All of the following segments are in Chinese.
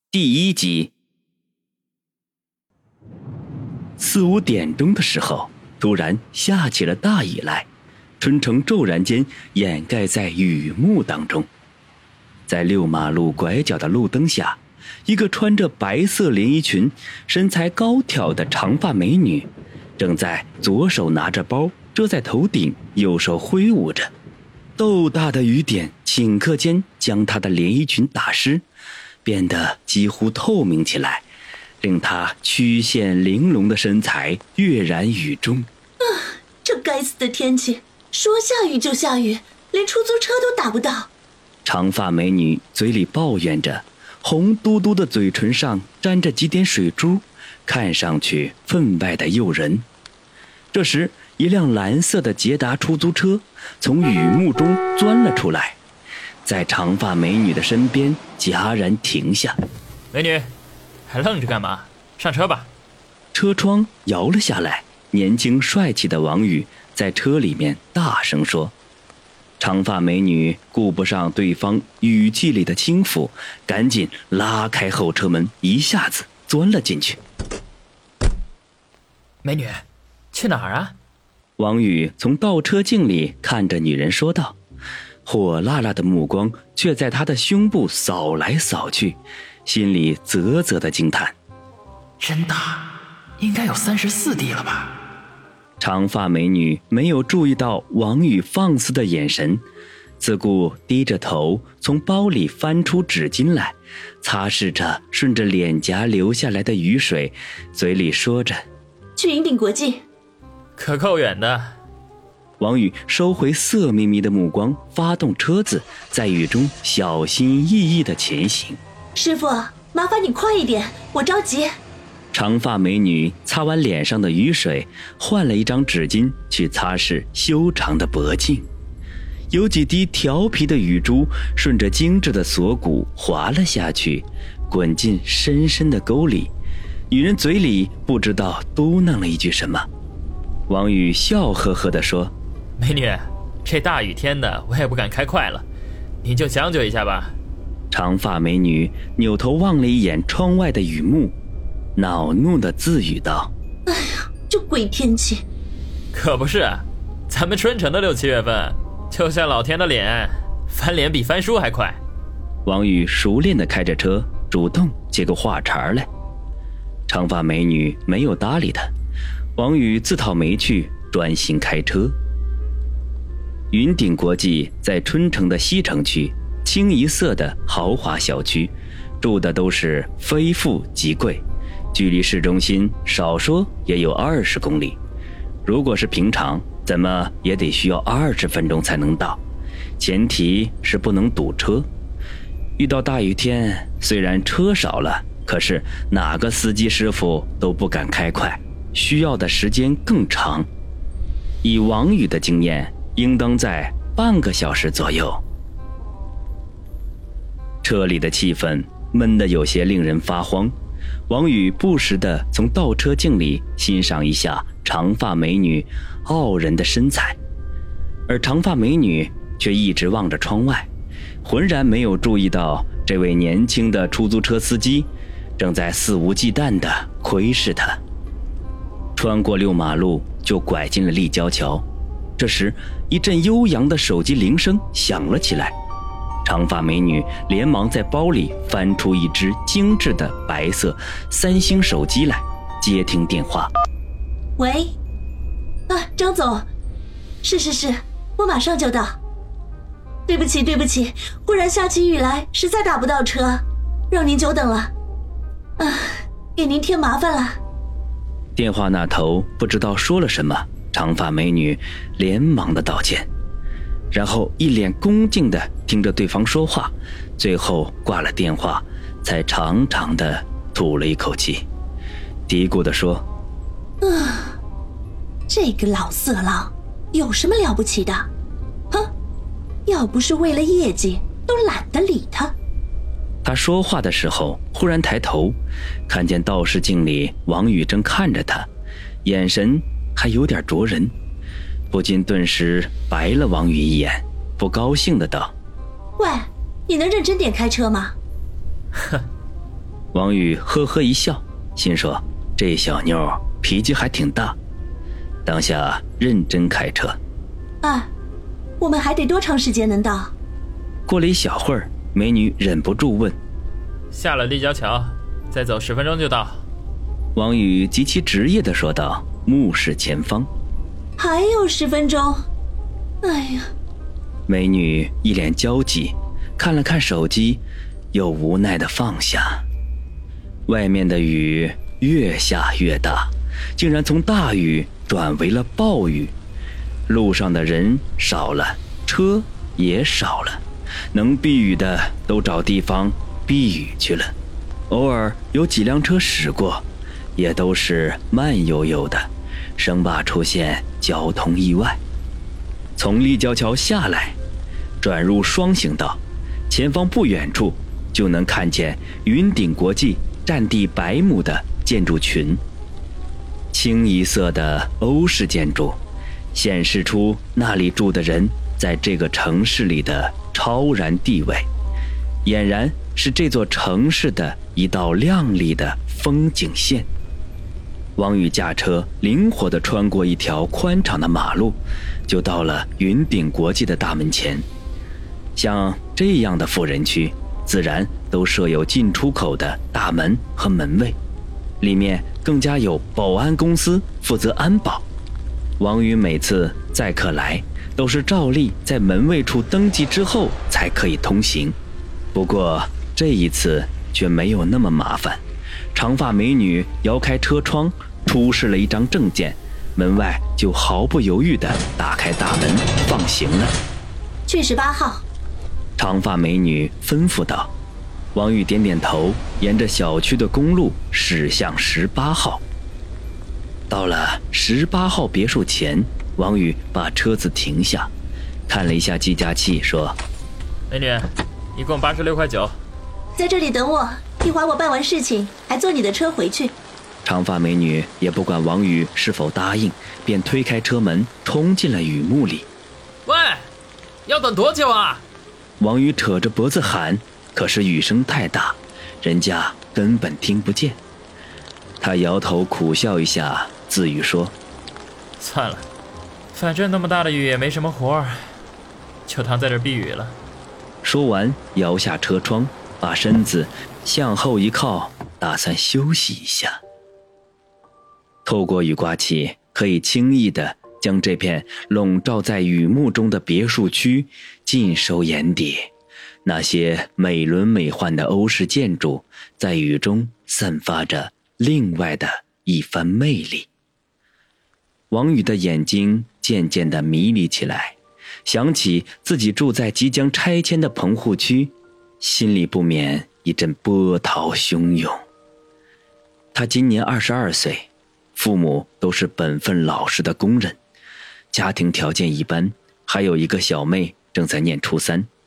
第1集。4、5点钟的时候，突然下起了大雨来，春城骤然间掩盖在雨幕当中。在6马路拐角的路灯下，一个穿着白色连衣裙、身材高挑的长发美女，正在左手拿着包遮在头顶，右手挥舞着。豆大的雨点顷刻间将她的连衣裙打湿，变得几乎透明起来，令她曲线玲珑的身材跃然雨中。 这该死的天气，说下雨就下雨，连出租车都打不到。 长发美女嘴里抱怨着，红嘟嘟的嘴唇上沾着几点水珠，看上去分外的诱人。这时，一辆蓝色的捷达出租车从雨幕中钻了出来，在长发美女的身边戛然停下。 美女，还愣着干嘛？上车吧。 车窗摇了下来，年轻帅气的王宇在车里面大声说。长发美女顾不上对方语气里的轻浮，赶紧拉开后车门，一下子钻了进去。 美女，去哪儿啊？ 王宇从倒车镜里看着女人说道，火辣辣的目光却在她的胸部扫来扫去，心里啧啧的惊叹。 真大，应该有34D 了吧？ 长发美女没有注意到王宇放肆的眼神，自顾低着头从包里翻出纸巾来，擦拭着顺着脸颊流下来的雨水，嘴里说着去云顶国际。 可够远的。 王宇收回色眯眯的目光，发动车子，在雨中小心翼翼地前行。 师傅，麻烦你快一点，我着急。 长发美女擦完脸上的雨水，换了一张纸巾去擦拭修长的脖颈，有几滴调皮的雨珠顺着精致的锁骨滑了下去，滚进深深的沟里。女人嘴里不知道嘟囔了一句什么。王宇笑呵呵地说， 美女，这大雨天的我也不敢开快了，你就将就一下吧。 长发美女扭头望了一眼窗外的雨幕，恼怒地自语道， 哎呀，这鬼天气。 可不是，咱们春城的6、7月份就像老天的脸，翻脸比翻书还快。 王宇熟练地开着车，主动接个话茬来。长发美女没有搭理他，王宇自讨没趣，专心开车。云顶国际在春城的西城区，清一色的豪华小区，住的都是非富即贵，距离市中心少说也有20公里。如果是平常，怎么也得需要20分钟才能到，前提是不能堵车。遇到大雨天，虽然车少了，可是哪个司机师傅都不敢开快，需要的时间更长。以王宇的经验，应当在半个小时左右。车里的气氛闷得有些令人发慌，王宇不时地从倒车镜里欣赏一下长发美女傲人的身材，而长发美女却一直望着窗外，浑然没有注意到这位年轻的出租车司机正在肆无忌惮地窥视她。穿过6马路就拐进了立交桥，这时一阵悠扬的手机铃声响了起来，长发美女连忙在包里翻出一只精致的白色3星手机来，接听电话。 喂，张总，是，我马上就到。对不起，忽然下起雨来，实在打不到车，让您久等了。给您添麻烦了。 电话那头不知道说了什么，长发美女连忙的道歉，然后一脸恭敬地听着对方说话，最后挂了电话，才长长的吐了一口气，嘀咕地说， 这个老色狼有什么了不起的？哼，要不是为了业绩，都懒得理他。 他说话的时候忽然抬头，看见倒视镜里王宇正看着他，眼神还有点灼人，不禁顿时白了王宇一眼，不高兴的道， 喂，你能认真点开车吗？ 哼， 王宇呵呵一笑，心说这小妞脾气还挺大，当下认真开车。 我们还得多长时间能到？ 过了一小会儿，美女忍不住问： 下了立交桥，再走10分钟就到。 王宇极其职业地说道，目视前方。 还有10分钟。哎呀！ 美女一脸焦急，看了看手机，又无奈地放下。外面的雨越下越大，竟然从大雨转为了暴雨。路上的人少了，车也少了，能避雨的都找地方避雨去了。偶尔有几辆车驶过，也都是慢悠悠的，生怕出现交通意外。从立交桥下来，转入双行道，前方不远处就能看见云顶国际占地100亩的建筑群。清一色的欧式建筑，显示出那里住的人在这个城市里的超然地位，俨然是这座城市的一道亮丽的风景线。王宇驾车灵活地穿过一条宽敞的马路，就到了云顶国际的大门前。像这样的富人区，自然都设有进出口的大门和门卫，里面更加有保安公司负责安保。王宇每次载客来，都是照例在门卫处登记之后才可以通行。不过这一次却没有那么麻烦，长发美女摇开车窗，出示了一张证件，门外就毫不犹豫地打开大门放行了。 去18号。 长发美女吩咐道。王宇点点头，沿着小区的公路驶向18号。到了18号别墅前，王宇把车子停下，看了一下计价器，说： 美女，一共86.9块。 在这里等我，一会儿我办完事情还坐你的车回去。 长发美女也不管王宇是否答应，便推开车门冲进了雨幕里。 喂，要等多久啊？ 王宇扯着脖子喊，可是雨声太大，人家根本听不见。他摇头苦笑一下，自语说： 算了，反正那么大的雨也没什么活儿，就当在这避雨了。 说完摇下车窗，把身子向后一靠，打算休息一下。透过雨刮器，可以轻易地将这片笼罩在雨幕中的别墅区尽收眼底。那些美轮美奂的欧式建筑在雨中散发着另外的一番魅力。王宇的眼睛渐渐地迷离起来，想起自己住在即将拆迁的棚户区，心里不免一阵波涛汹涌。他今年22岁，父母都是本分老实的工人，家庭条件一般，还有一个小妹正在念初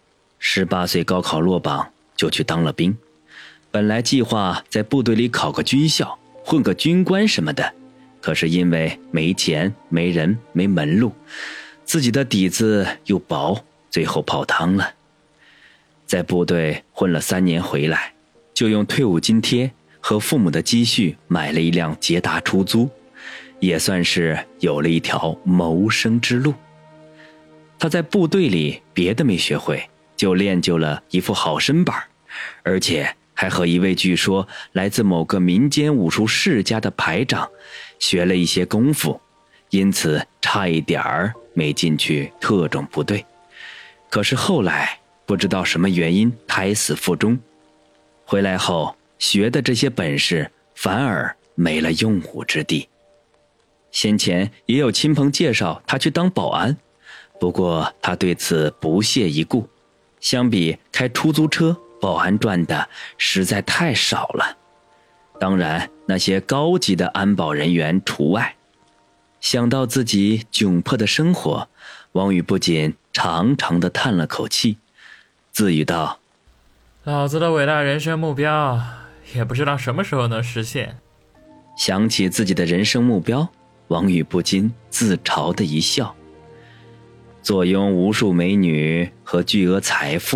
3。18岁高考落榜就去当了兵，本来计划在部队里考个军校，混个军官什么的，可是因为没钱没人没门路，自己的底子又薄，最后泡汤了。在部队混了3年回来，就用退伍津贴和父母的积蓄买了一辆捷达出租，也算是有了一条谋生之路。他在部队里别的没学会，就练就了一副好身板，而且还和一位据说来自某个民间武术世家的排长学了一些功夫，因此差一点儿没进去特种部队。可是后来不知道什么原因胎死腹中，回来后学的这些本事反而没了用武之地。先前也有亲朋介绍他去当保安，不过他对此不屑一顾，相比开出租车，保安赚的实在太少了，当然那些高级的安保人员除外。想到自己窘迫的生活，王宇不仅长长的叹了口气，自语道： 老子的伟大人生目标也不知道什么时候能实现。 想起自己的人生目标，王宇不禁自嘲的一笑。坐拥无数美女和巨额财富，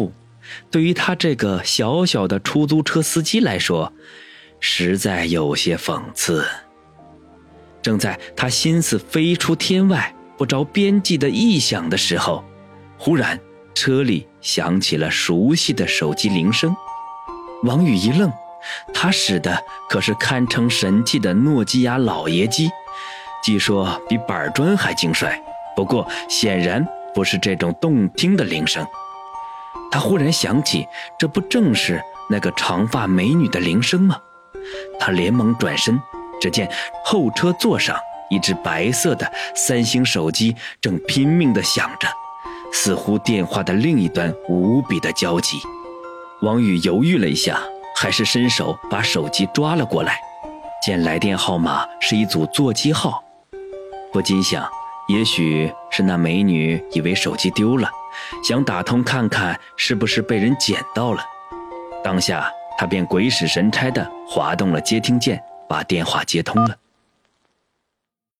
对于他这个小小的出租车司机来说，实在有些讽刺。正在他心思飞出天外，不着边际的异想的时候，忽然车里响起了熟悉的手机铃声。王宇一愣，他使的可是堪称神器的诺基亚老爷机，据说比板砖还精帅，不过显然不是这种动听的铃声。他忽然想起，这不正是那个长发美女的铃声吗？他连忙转身，只见后车座上一只白色的三星手机正拼命地响着，似乎电话的另一端无比的焦急。王宇犹豫了一下，还是伸手把手机抓了过来，见来电号码是一组座机号，不禁想，也许是那美女以为手机丢了，想打通看看是不是被人捡到了。当下他便鬼使神差地滑动了接听键，把电话接通了。